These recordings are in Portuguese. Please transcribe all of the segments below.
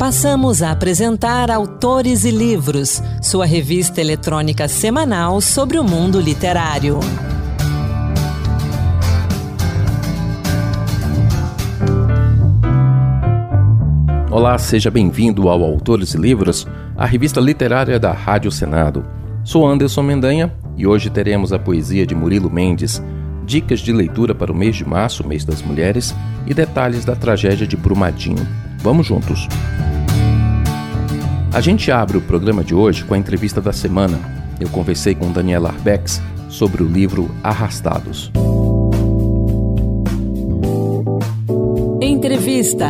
Passamos a apresentar Autores e Livros, sua revista eletrônica semanal sobre o mundo literário. Olá, seja bem-vindo ao Autores e Livros, a revista literária da Rádio Senado. Sou Anderson Mendanha e hoje teremos a poesia de Murilo Mendes, dicas de leitura para o mês de março, mês das mulheres, e detalhes da tragédia de Brumadinho. Vamos juntos! A gente abre o programa de hoje com a entrevista da semana. Eu conversei com Daniela Arbex sobre o livro Arrastados. Entrevista.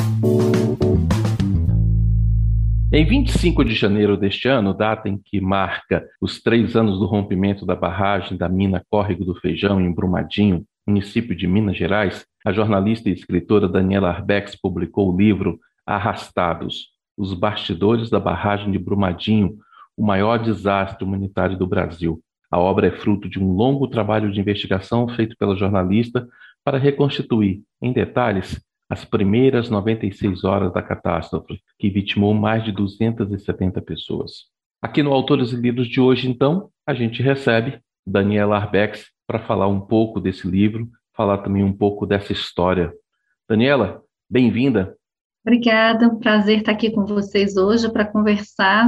Em 25 de janeiro deste ano, data em que marca os 3 anos do rompimento da barragem da mina Córrego do Feijão, em Brumadinho, município de Minas Gerais, a jornalista e escritora Daniela Arbex publicou o livro Arrastados, os bastidores da barragem de Brumadinho, o maior desastre humanitário do Brasil. A obra é fruto de um longo trabalho de investigação feito pela jornalista para reconstituir, em detalhes, as primeiras 96 horas da catástrofe, que vitimou mais de 270 pessoas. Aqui no Autores e Livros de hoje, então, a gente recebe Daniela Arbex para falar um pouco desse livro, falar também um pouco dessa história. Daniela, bem-vinda. Obrigada, um prazer estar aqui com vocês hoje para conversar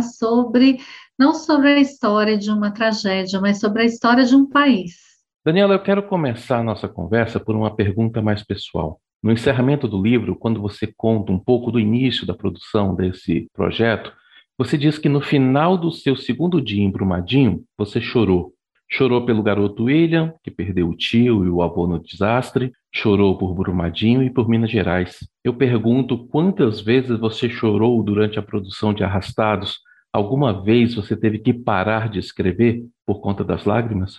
não sobre a história de uma tragédia, mas sobre a história de um país. Daniela, eu quero começar a nossa conversa por uma pergunta mais pessoal. No encerramento do livro, quando você conta um pouco do início da produção desse projeto, você diz que no final do seu segundo dia em Brumadinho, você chorou. Chorou pelo garoto William, que perdeu o tio e o avô no desastre, chorou por Brumadinho e por Minas Gerais. Eu pergunto quantas vezes você chorou durante a produção de Arrastados? Alguma vez você teve que parar de escrever por conta das lágrimas?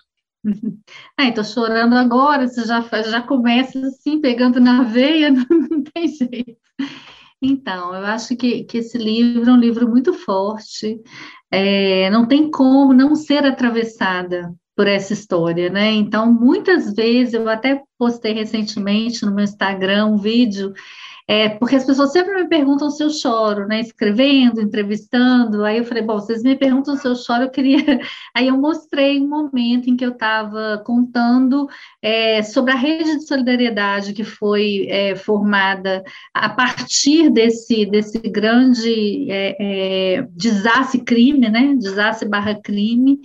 Estou chorando agora, você já começa assim, pegando na veia, não tem jeito. Então, eu acho que esse livro é um livro muito forte, não tem como não ser atravessada por essa história, né? Então, muitas vezes, eu até postei recentemente no meu Instagram um vídeo, porque as pessoas sempre me perguntam se eu choro, né? Escrevendo, entrevistando. Aí eu falei, bom, vocês me perguntam se eu choro, eu queria. Aí eu mostrei um momento em que eu estava contando sobre a rede de solidariedade que foi formada a partir desse grande desastre-crime, né? Desastre/crime.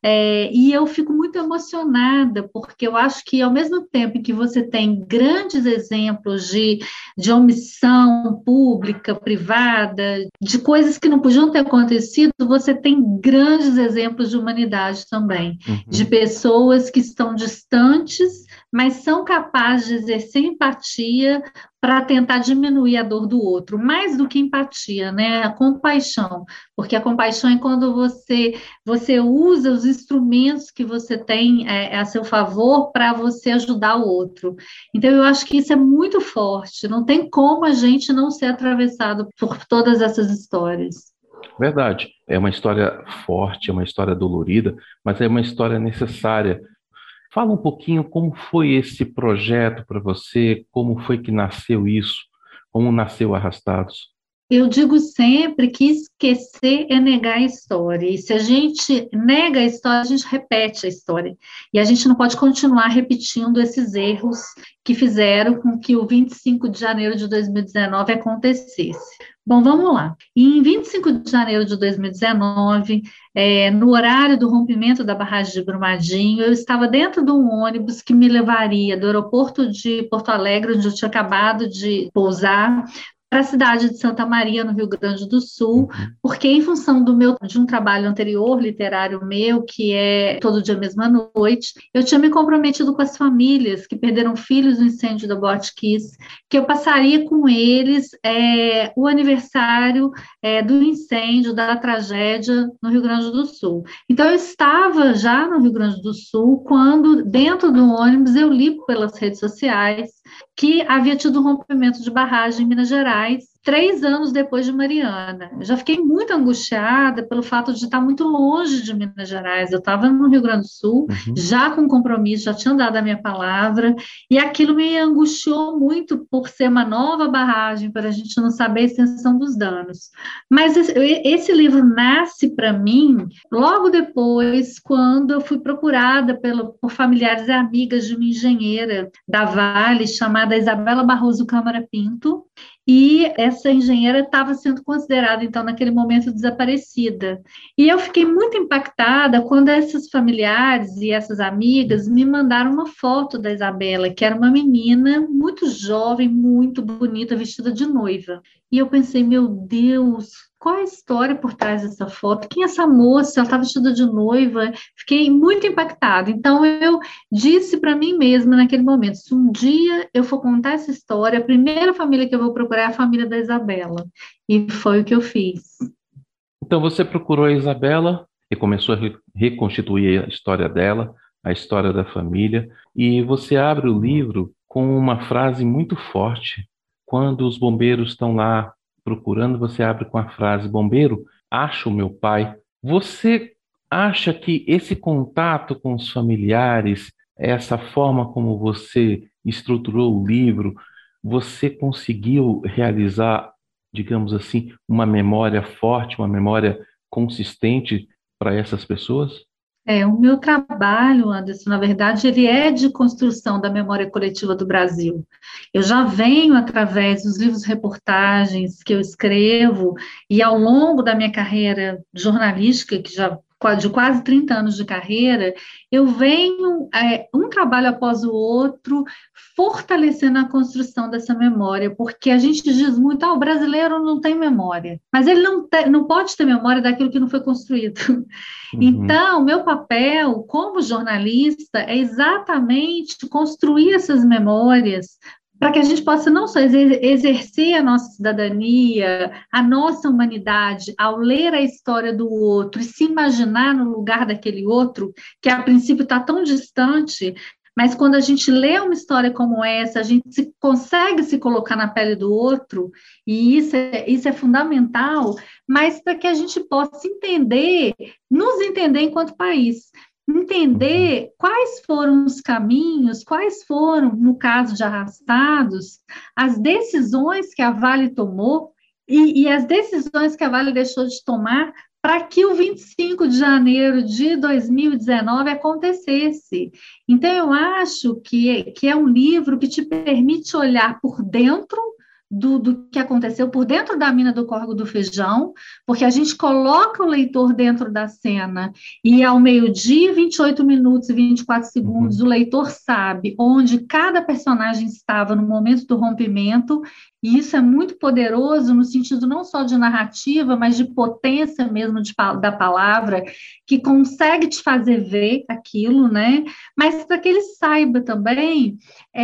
E eu fico muito emocionada, porque eu acho que ao mesmo tempo em que você tem grandes exemplos de omissão pública, privada, de coisas que não podiam ter acontecido, você tem grandes exemplos de humanidade também, de pessoas que estão distantes, mas são capazes de exercer empatia para tentar diminuir a dor do outro, mais do que empatia, né? A compaixão, porque a compaixão é quando você usa os instrumentos que você tem a seu favor para você ajudar o outro. Então, eu acho que isso é muito forte, não tem como a gente não ser atravessado por todas essas histórias. Verdade, é uma história forte, é uma história dolorida, mas é uma história necessária. Fala um pouquinho como foi esse projeto para você, como foi que nasceu isso, como nasceu Arrastados. Eu digo sempre que esquecer é negar a história, e se a gente nega a história, a gente repete a história, e a gente não pode continuar repetindo esses erros que fizeram com que o 25 de janeiro de 2019 acontecesse. Bom, vamos lá. Em 25 de janeiro de 2019, no horário do rompimento da barragem de Brumadinho, eu estava dentro de um ônibus que me levaria do aeroporto de Porto Alegre, onde eu tinha acabado de pousar, para a cidade de Santa Maria, no Rio Grande do Sul, porque em função de um trabalho anterior, literário meu, que é Todo Dia Mesma Noite, eu tinha me comprometido com as famílias que perderam filhos no incêndio da Boate Kiss, que eu passaria com eles o aniversário do incêndio, da tragédia no Rio Grande do Sul. Então, eu estava já no Rio Grande do Sul, quando, dentro do ônibus, eu li pelas redes sociais que havia tido um rompimento de barragem em Minas Gerais, 3 anos depois de Mariana. Eu já fiquei muito angustiada pelo fato de estar muito longe de Minas Gerais. Eu estava no Rio Grande do Sul, Uhum. já com compromisso, já tinha dado a minha palavra, e aquilo me angustiou muito por ser uma nova barragem, para a gente não saber a extensão dos danos. Mas esse livro nasce para mim logo depois, quando eu fui procurada por familiares e amigas de uma engenheira da Vale, chamada Isabela Barroso Câmara Pinto, e essa engenheira estava sendo considerada, então, naquele momento, desaparecida. E eu fiquei muito impactada quando esses familiares e essas amigas me mandaram uma foto da Isabela, que era uma menina muito jovem, muito bonita, vestida de noiva. E eu pensei, meu Deus, qual é a história por trás dessa foto? Quem é essa moça? Ela está vestida de noiva. Fiquei muito impactada. Então, eu disse para mim mesma naquele momento: se um dia eu for contar essa história, a primeira família que eu vou procurar é a família da Isabela. E foi o que eu fiz. Então você procurou a Isabela e começou a reconstituir a história dela, a história da família, e você abre o livro com uma frase muito forte. Quando os bombeiros estão lá procurando, você abre com a frase: Bombeiro, acha o meu pai. Você acha que esse contato com os familiares, essa forma como você estruturou o livro, você conseguiu realizar, digamos assim, uma memória forte, uma memória consistente para essas pessoas? O meu trabalho, Anderson, na verdade, ele é de construção da memória coletiva do Brasil. Eu já venho através dos livros reportagens que eu escrevo e ao longo da minha carreira jornalística, que já de quase 30 anos de carreira, eu venho, um trabalho após o outro, fortalecendo a construção dessa memória, porque a gente diz muito, o brasileiro não tem memória, mas ele não pode ter memória daquilo que não foi construído. Uhum. Então, meu papel como jornalista é exatamente construir essas memórias para que a gente possa não só exercer a nossa cidadania, a nossa humanidade, ao ler a história do outro e se imaginar no lugar daquele outro, que a princípio está tão distante, mas quando a gente lê uma história como essa, a gente consegue se colocar na pele do outro, e isso é fundamental, mas para que a gente possa nos entender enquanto país. Uhum. Entender quais foram os caminhos, quais foram, no caso de Arrastados, as decisões que a Vale tomou e as decisões que a Vale deixou de tomar para que o 25 de janeiro de 2019 acontecesse. Então, eu acho que é um livro que te permite olhar por dentro do que aconteceu por dentro da mina do Córrego do Feijão, porque a gente coloca o leitor dentro da cena e ao meio-dia, 28 minutos e 24 segundos, Uhum. o leitor sabe onde cada personagem estava no momento do rompimento, e isso é muito poderoso no sentido não só de narrativa, mas de potência mesmo da palavra, que consegue te fazer ver aquilo, né? Mas para que ele saiba também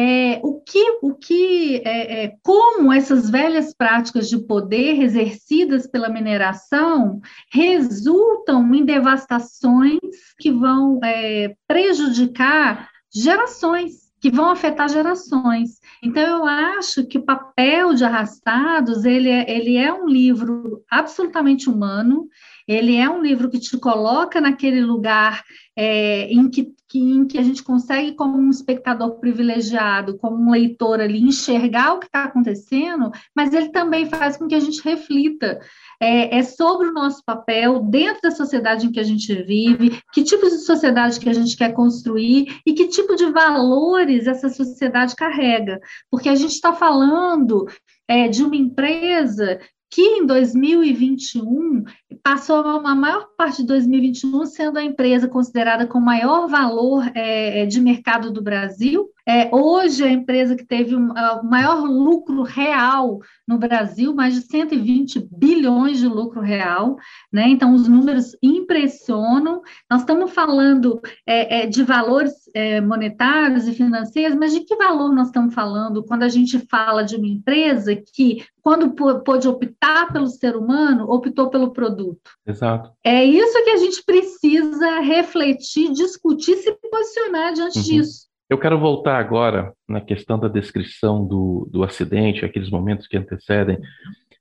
como essas velhas práticas de poder exercidas pela mineração resultam em devastações que vão prejudicar gerações, que vão afetar gerações. Então, eu acho que o papel de Arrastados, ele é um livro absolutamente humano, ele é um livro que te coloca naquele lugar em que a gente consegue, como um espectador privilegiado, como um leitor ali, enxergar o que está acontecendo, mas ele também faz com que a gente reflita sobre o nosso papel dentro da sociedade em que a gente vive, que tipo de sociedade que a gente quer construir e que tipo de valores essa sociedade carrega. Porque a gente está falando de uma empresa que em 2021 passou a maior parte de 2021 sendo a empresa considerada com maior valor de mercado do Brasil. Hoje, a empresa que teve o maior lucro real no Brasil, mais de 120 bilhões de lucro real, né? Então, os números impressionam. Nós estamos falando de valores monetários e financeiros, mas de que valor nós estamos falando quando a gente fala de uma empresa que, quando pôde optar pelo ser humano, optou pelo produto? Exato. É isso que a gente precisa refletir, discutir, se posicionar diante Uhum. disso. Eu quero voltar agora na questão da descrição do acidente, aqueles momentos que antecedem.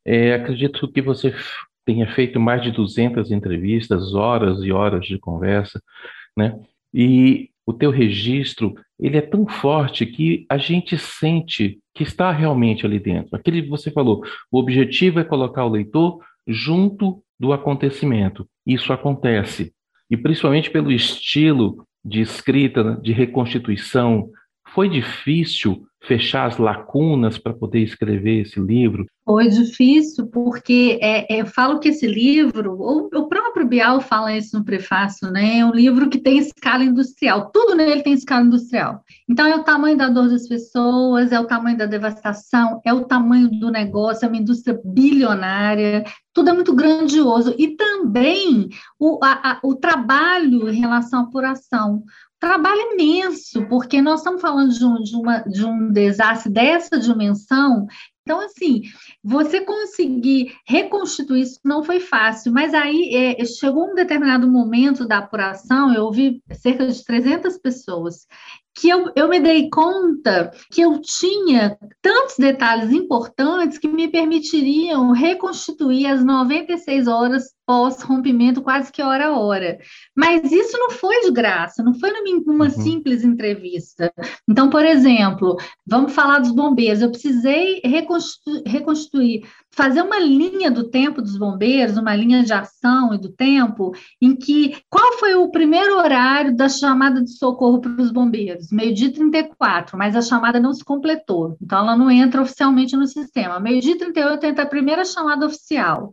Acredito que você tenha feito mais de 200 entrevistas, horas e horas de conversa, né? E o teu registro, ele é tão forte que a gente sente que está realmente ali dentro. Aquele que você falou, o objetivo é colocar o leitor junto do acontecimento. Isso acontece. E principalmente pelo estilo de escrita, né, de reconstituição, foi difícil fechar as lacunas para poder escrever esse livro? Foi difícil, porque eu falo que esse livro, o próprio Bial fala isso no prefácio, né? É um livro que tem escala industrial, tudo nele tem escala industrial. Então, é o tamanho da dor das pessoas, é o tamanho da devastação, é o tamanho do negócio, é uma indústria bilionária, tudo é muito grandioso. E também o trabalho em relação à apuração. Trabalho imenso, porque nós estamos falando de um desastre dessa dimensão. Então, assim, você conseguir reconstituir isso não foi fácil, mas aí chegou um determinado momento da apuração, eu ouvi cerca de 300 pessoas, que eu me dei conta que eu tinha tantos detalhes importantes que me permitiriam reconstituir as 96 horas pós-rompimento, quase que hora a hora. Mas isso não foi de graça, não foi numa simples entrevista. Então, por exemplo, vamos falar dos bombeiros. Eu precisei reconstituir, fazer uma linha do tempo dos bombeiros, uma linha de ação e do tempo, em que qual foi o primeiro horário da chamada de socorro para os bombeiros? 12h34, mas a chamada não se completou, então ela não entra oficialmente no sistema. 12h38 entra a primeira chamada oficial.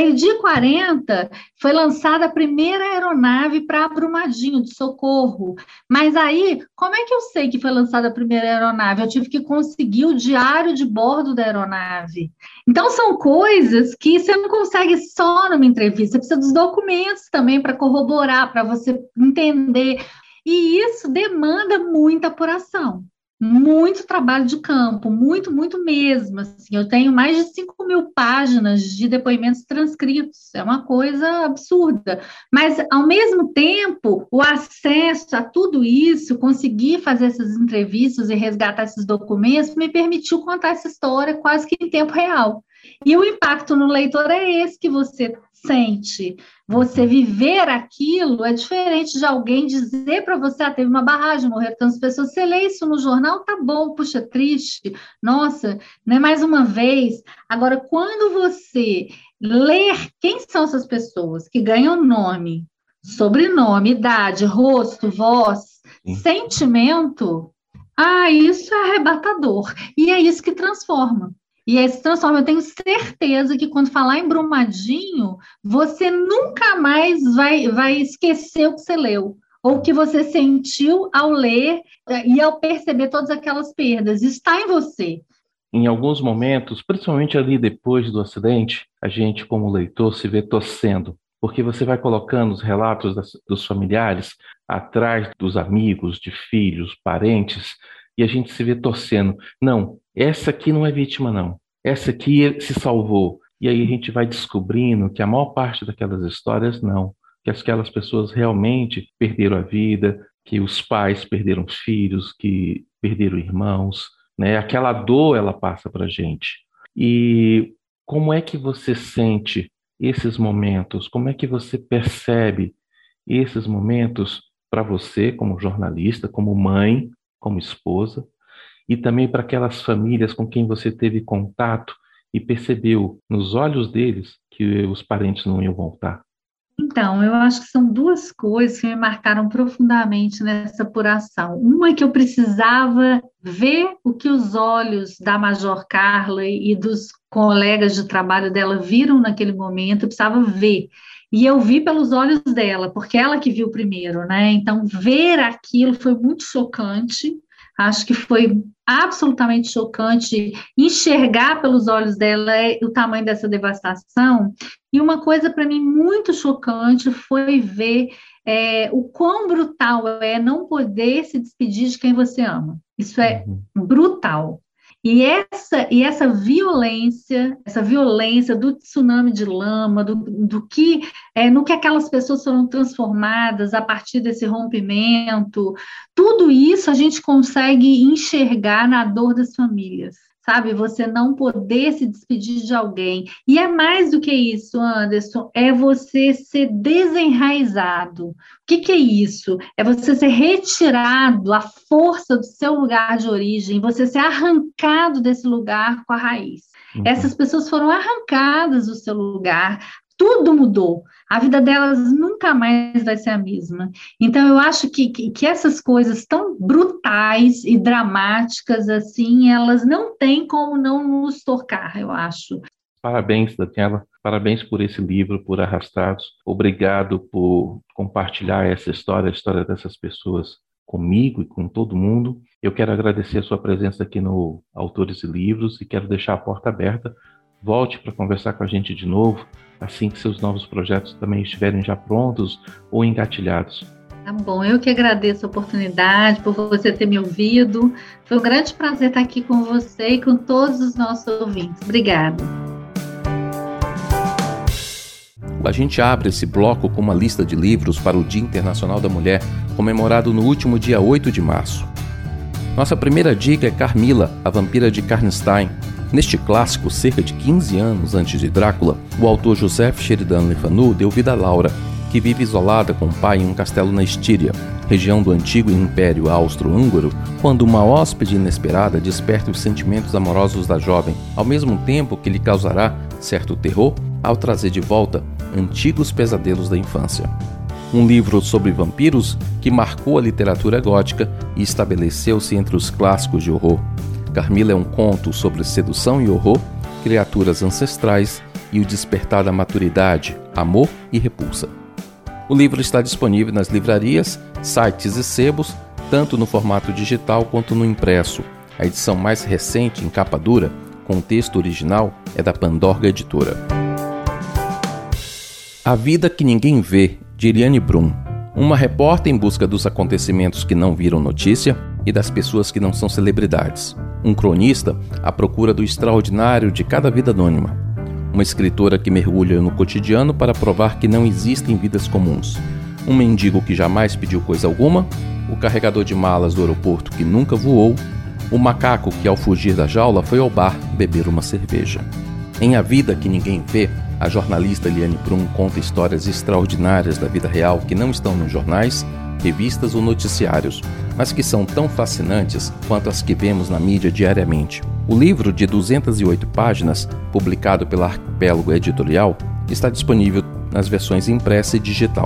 12h40 foi lançada a primeira aeronave para Brumadinho de socorro. Mas aí, como é que eu sei que foi lançada a primeira aeronave? Eu tive que conseguir o diário de bordo da aeronave. Então, são coisas que você não consegue só numa entrevista, você precisa dos documentos também para corroborar, para você entender. E isso demanda muita apuração, muito trabalho de campo, muito, muito mesmo. Assim, eu tenho mais de 5.000 páginas de depoimentos transcritos, é uma coisa absurda. Mas, ao mesmo tempo, o acesso a tudo isso, conseguir fazer essas entrevistas e resgatar esses documentos, me permitiu contar essa história quase que em tempo real. E o impacto no leitor é esse que você sente. Você viver aquilo é diferente de alguém dizer para você, teve uma barragem, morreram tantas pessoas. Você lê isso no jornal, tá bom, puxa, triste, nossa, né, mais uma vez. Agora, quando você ler quem são essas pessoas que ganham nome, sobrenome, idade, rosto, voz, sentimento, isso é arrebatador. E é isso que transforma. E aí se transforma. Eu tenho certeza que quando falar em Brumadinho, você nunca mais vai esquecer o que você leu, ou o que você sentiu ao ler e ao perceber todas aquelas perdas. Está em você. Em alguns momentos, principalmente ali depois do acidente, a gente, como leitor, se vê torcendo, porque você vai colocando os relatos dos familiares atrás dos amigos, de filhos, parentes, e a gente se vê torcendo. Não, essa aqui não é vítima, não. Essa aqui se salvou. E aí a gente vai descobrindo que a maior parte daquelas histórias não. Que aquelas pessoas realmente perderam a vida, que os pais perderam filhos, que perderam irmãos, né? Aquela dor, ela passa para a gente. E como é que você sente esses momentos? Como é que você percebe esses momentos para você, como jornalista, como mãe, como esposa, e também para aquelas famílias com quem você teve contato e percebeu nos olhos deles que os parentes não iam voltar? Então, eu acho que são duas coisas que me marcaram profundamente nessa apuração. Uma é que eu precisava ver o que os olhos da Major Carla e dos colegas de trabalho dela viram naquele momento, eu precisava ver. E eu vi pelos olhos dela, porque ela que viu primeiro, né? Então, ver aquilo foi muito chocante. Acho que foi absolutamente chocante enxergar pelos olhos dela o tamanho dessa devastação. E uma coisa para mim muito chocante foi ver o quão brutal é não poder se despedir de quem você ama. Isso é brutal. E essa violência do tsunami de lama, no que aquelas pessoas foram transformadas a partir desse rompimento, tudo isso a gente consegue enxergar na dor das famílias. sabe? Você não poder se despedir de alguém. E é mais do que isso, Anderson, é você ser desenraizado. O que é isso? É você ser retirado à força do seu lugar de origem, você ser arrancado desse lugar com a raiz. Essas pessoas foram arrancadas do seu lugar, tudo mudou. A vida delas nunca mais vai ser a mesma. Então, eu acho que essas coisas tão brutais e dramáticas, assim, elas não têm como não nos tocar, eu acho. Parabéns, Daniela. Parabéns por esse livro, por Arrastados. Obrigado por compartilhar essa história, a história dessas pessoas comigo e com todo mundo. Eu quero agradecer a sua presença aqui no Autores e Livros e quero deixar a porta aberta. Volte para conversar com a gente de novo, assim que seus novos projetos também estiverem já prontos ou engatilhados. Tá bom, eu que agradeço a oportunidade, por você ter me ouvido. Foi um grande prazer estar aqui com você e com todos os nossos ouvintes. Obrigada. A gente abre esse bloco com uma lista de livros para o Dia Internacional da Mulher, comemorado no último dia 8 de março. Nossa primeira dica é Carmila, a Vampira de Karnstein. Neste clássico, cerca de 15 anos antes de Drácula, o autor Joseph Sheridan Le Fanu deu vida a Laura, que vive isolada com o pai em um castelo na Estíria, região do antigo Império Austro-Húngaro, quando uma hóspede inesperada desperta os sentimentos amorosos da jovem, ao mesmo tempo que lhe causará certo terror ao trazer de volta antigos pesadelos da infância. Um livro sobre vampiros que marcou a literatura gótica e estabeleceu-se entre os clássicos de horror. Carmila é um conto sobre sedução e horror, criaturas ancestrais e o despertar da maturidade, amor e repulsa. O livro está disponível nas livrarias, sites e sebos, tanto no formato digital quanto no impresso. A edição mais recente, em capa dura, com o texto original, é da Pandorga Editora. A Vida que Ninguém Vê, de Eliane Brum. Uma repórter em busca dos acontecimentos que não viram notícia e das pessoas que não são celebridades. Um cronista à procura do extraordinário de cada vida anônima. Uma escritora que mergulha no cotidiano para provar que não existem vidas comuns. Um mendigo que jamais pediu coisa alguma, o carregador de malas do aeroporto que nunca voou, o macaco que ao fugir da jaula foi ao bar beber uma cerveja. Em A Vida que Ninguém Vê, a jornalista Eliane Brum conta histórias extraordinárias da vida real que não estão nos jornais, revistas ou noticiários, mas que são tão fascinantes quanto as que vemos na mídia diariamente. O livro, de 208 páginas, publicado pela Arquipélago Editorial, está disponível nas versões impressa e digital.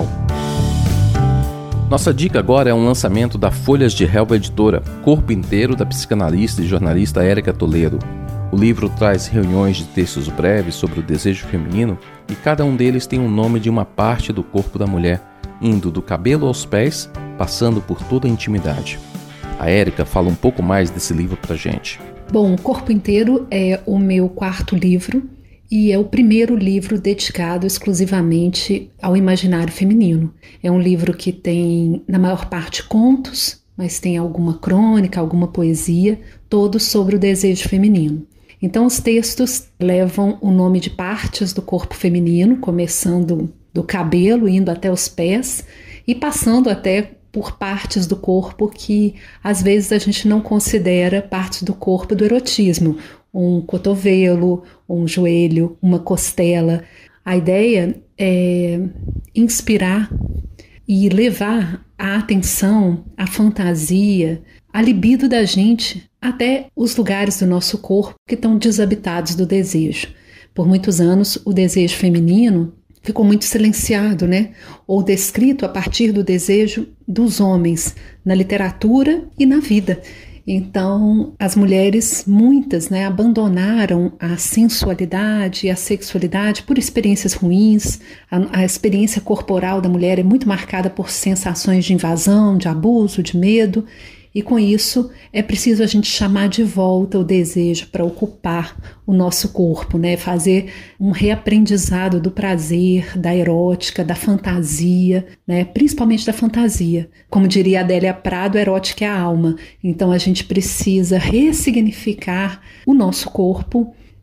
Nossa dica agora é um lançamento da Folhas de Relva Editora, Corpo Inteiro, da psicanalista e jornalista Érica Toledo. O livro traz reuniões de textos breves sobre o desejo feminino e cada um deles tem um nome de uma parte do corpo da mulher, indo do cabelo aos pés, passando por toda a intimidade. A Érica fala um pouco mais desse livro pra gente. Bom, o Corpo Inteiro é o meu 4º livro e é o primeiro livro dedicado exclusivamente ao imaginário feminino. É um livro que tem, na maior parte, contos, mas tem alguma crônica, alguma poesia, todos sobre o desejo feminino. Então, os textos levam o nome de partes do corpo feminino, começando do cabelo, indo até os pés e passando até por partes do corpo que às vezes a gente não considera partes do corpo do erotismo, um cotovelo, um joelho, uma costela. A ideia é inspirar e levar a atenção, a fantasia, a libido da gente até os lugares do nosso corpo que estão desabitados do desejo. Por muitos anos, o desejo feminino ficou muito silenciado, né? Ou descrito a partir do desejo dos homens, na literatura e na vida. Então, as mulheres, muitas, né, abandonaram a sensualidade e a sexualidade por experiências ruins. A experiência corporal da mulher é muito marcada por sensações de invasão, de abuso, de medo. E com isso é preciso a gente chamar de volta o desejo para ocupar o nosso corpo, né? Fazer um reaprendizado do prazer, da erótica, da fantasia, né? Principalmente da fantasia. Como diria Adélia Prado, erótica é a alma. Então a gente precisa ressignificar o nosso corpo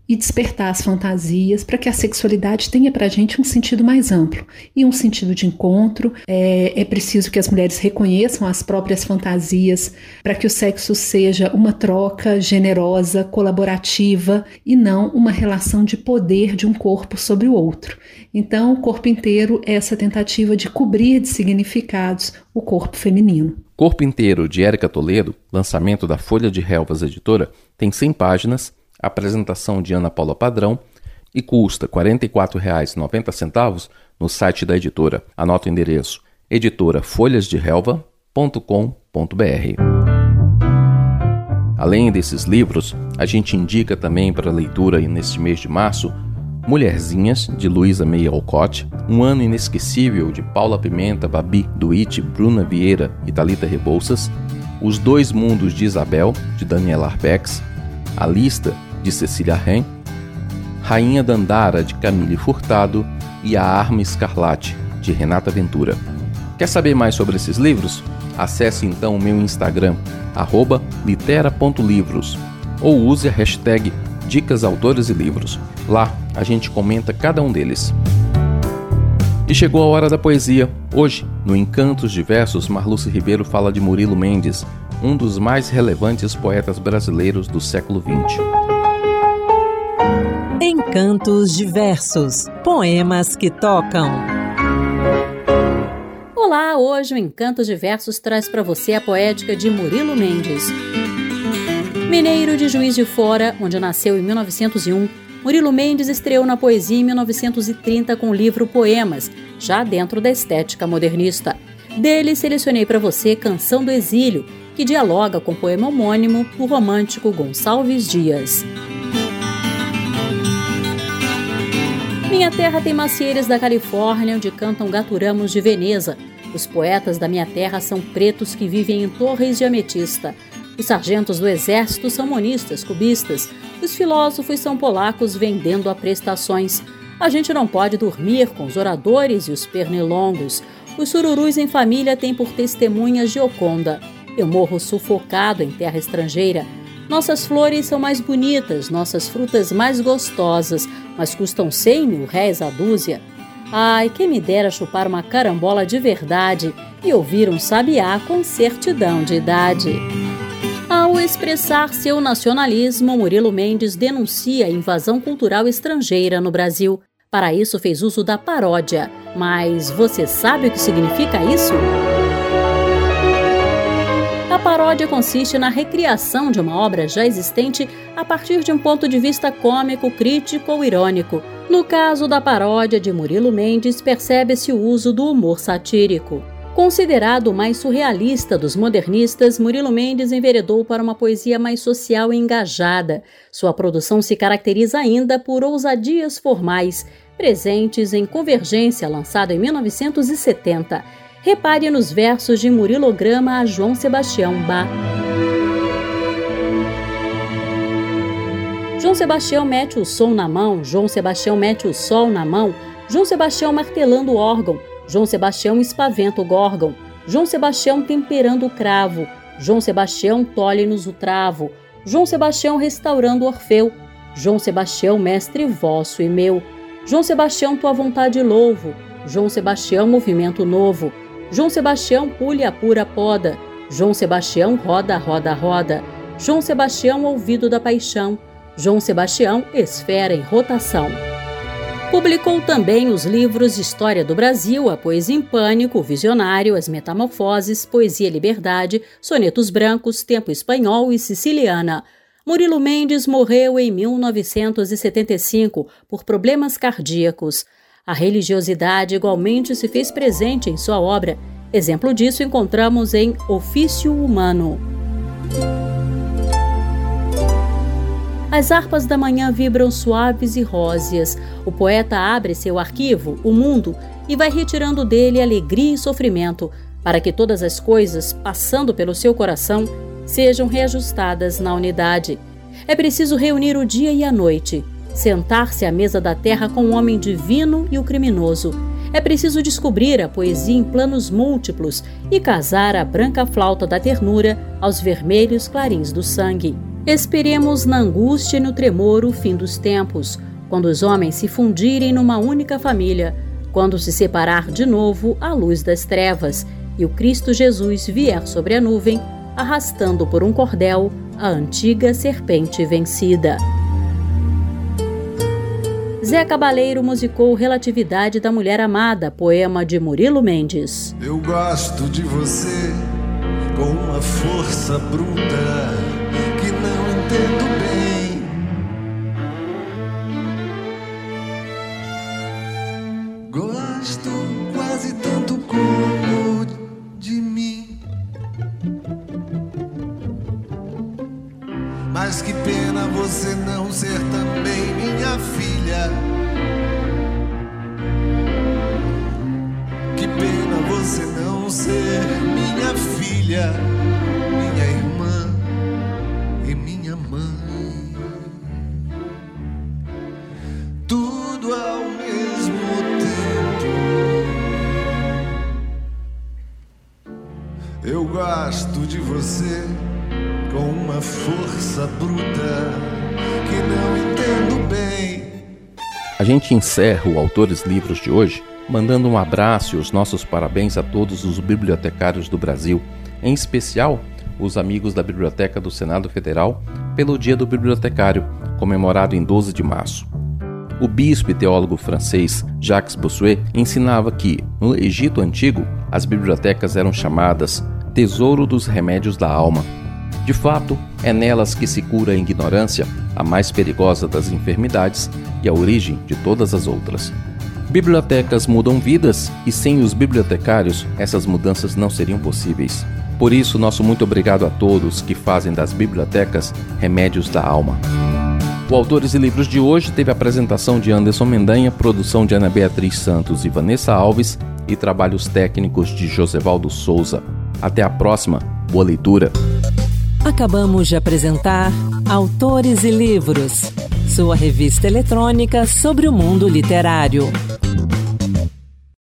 e despertar as fantasias para que a sexualidade tenha para a gente um sentido mais amplo e um sentido de encontro. É preciso que as mulheres reconheçam as próprias fantasias para que o sexo seja uma troca generosa, colaborativa e não uma relação de poder de um corpo sobre o outro. Então, o Corpo Inteiro é essa tentativa de cobrir de significados o corpo feminino. Corpo Inteiro, de Érica Toledo, lançamento da Folha de Relvas Editora, tem 100 páginas, apresentação de Ana Paula Padrão e custa R$ 44,90 no site da editora. Anota o endereço: editorafolhasderelva.com.br. Além desses livros, a gente indica também para leitura neste mês de março Mulherzinhas, de Luísa May Alcott, Um Ano Inesquecível, de Paula Pimenta, Babi Duit, Bruna Vieira e Thalita Rebouças, Os Dois Mundos de Isabel, de Daniela Arbex, A Lista, de Cecília Ren, Rainha Dandara, de Camille Furtado e A Arma Escarlate, de Renata Ventura. Quer saber mais sobre esses livros? Acesse então o meu Instagram, @litera.livros, ou use a hashtag Dicas Autores e Livros. Lá a gente comenta cada um deles. E chegou a hora da poesia. Hoje, no Encantos de Versos, Marluce Ribeiro fala de Murilo Mendes, um dos mais relevantes poetas brasileiros do século XX. Encantos de Versos, poemas que tocam. Olá, hoje o Encantos de Versos traz para você a poética de Murilo Mendes. Mineiro de Juiz de Fora, onde nasceu em 1901, Murilo Mendes estreou na poesia em 1930 com o livro Poemas, já dentro da estética modernista. Dele selecionei para você Canção do Exílio, que dialoga com o poema homônimo do romântico Gonçalves Dias. Minha terra tem macieiras da Califórnia, onde cantam gaturamos de Veneza. Os poetas da minha terra são pretos que vivem em torres de ametista. Os sargentos do exército são monistas, cubistas. Os filósofos são polacos vendendo a prestações. A gente não pode dormir com os oradores e os pernilongos. Os sururus em família têm por testemunha Gioconda. Eu morro sufocado em terra estrangeira. Nossas flores são mais bonitas, nossas frutas mais gostosas, mas custam 100 mil réis a dúzia. Ai, quem me dera chupar uma carambola de verdade e ouvir um sabiá com certidão de idade. Ao expressar seu nacionalismo, Murilo Mendes denuncia a invasão cultural estrangeira no Brasil. Para isso fez uso da paródia. Mas você sabe o que significa isso? A paródia consiste na recriação de uma obra já existente a partir de um ponto de vista cômico, crítico ou irônico. No caso da paródia de Murilo Mendes, percebe-se o uso do humor satírico. Considerado o mais surrealista dos modernistas, Murilo Mendes enveredou para uma poesia mais social e engajada. Sua produção se caracteriza ainda por ousadias formais, presentes em Convergência, lançado em 1970. Repare nos versos de Murilograma a João Sebastião Bach. João Sebastião mete o som na mão, João Sebastião mete o sol na mão, João Sebastião martelando o órgão, João Sebastião espaventa o górgão, João Sebastião temperando o cravo, João Sebastião tolhe-nos o travo, João Sebastião restaurando o Orfeu, João Sebastião mestre vosso e meu, João Sebastião tua vontade louvo, João Sebastião movimento novo, João Sebastião pule a pura poda, João Sebastião roda, roda, roda, João Sebastião ouvido da paixão, João Sebastião esfera em rotação. Publicou também os livros de História do Brasil, A Poesia em Pânico, O Visionário, As Metamorfoses, Poesia e Liberdade, Sonetos Brancos, Tempo Espanhol e Siciliana. Murilo Mendes morreu em 1975 por problemas cardíacos. A religiosidade igualmente se fez presente em sua obra. Exemplo disso encontramos em Ofício Humano. As harpas da manhã vibram suaves e róseas. O poeta abre seu arquivo, o mundo, e vai retirando dele alegria e sofrimento, para que todas as coisas, passando pelo seu coração, sejam reajustadas na unidade. É preciso reunir o dia e a noite, sentar-se à mesa da terra com o homem divino e o criminoso. É preciso descobrir a poesia em planos múltiplos e casar a branca flauta da ternura aos vermelhos clarins do sangue. Esperemos na angústia e no tremor o fim dos tempos, quando os homens se fundirem numa única família, quando se separar de novo a luz das trevas e o Cristo Jesus vier sobre a nuvem, arrastando por um cordel a antiga serpente vencida. Zé Cabaleiro musicou Relatividade da Mulher Amada, poema de Murilo Mendes. Eu gosto de você com uma força bruta que não entendo bem. Gosto quase tanto como de mim. Mas que pena você não ser também minha filha. Que pena você não ser minha filha, minha irmã e minha mãe. Tudo ao mesmo tempo. Eu gosto de você com uma força bruta que não entendo bem. A gente encerra o Autores Livros de hoje mandando um abraço e os nossos parabéns a todos os bibliotecários do Brasil, em especial os amigos da Biblioteca do Senado Federal, pelo Dia do Bibliotecário, comemorado em 12 de março. O bispo e teólogo francês Jacques Bossuet ensinava que, no Egito Antigo, as bibliotecas eram chamadas tesouro dos remédios da alma. De fato, é nelas que se cura a ignorância, a mais perigosa das enfermidades e a origem de todas as outras. Bibliotecas mudam vidas e sem os bibliotecários essas mudanças não seriam possíveis. Por isso, nosso muito obrigado a todos que fazem das bibliotecas remédios da alma. O Autores e Livros de hoje teve a apresentação de Anderson Mendanha, produção de Ana Beatriz Santos e Vanessa Alves e trabalhos técnicos de Josevaldo Souza. Até a próxima. Boa leitura. Acabamos de apresentar Autores e Livros, sua revista eletrônica sobre o mundo literário.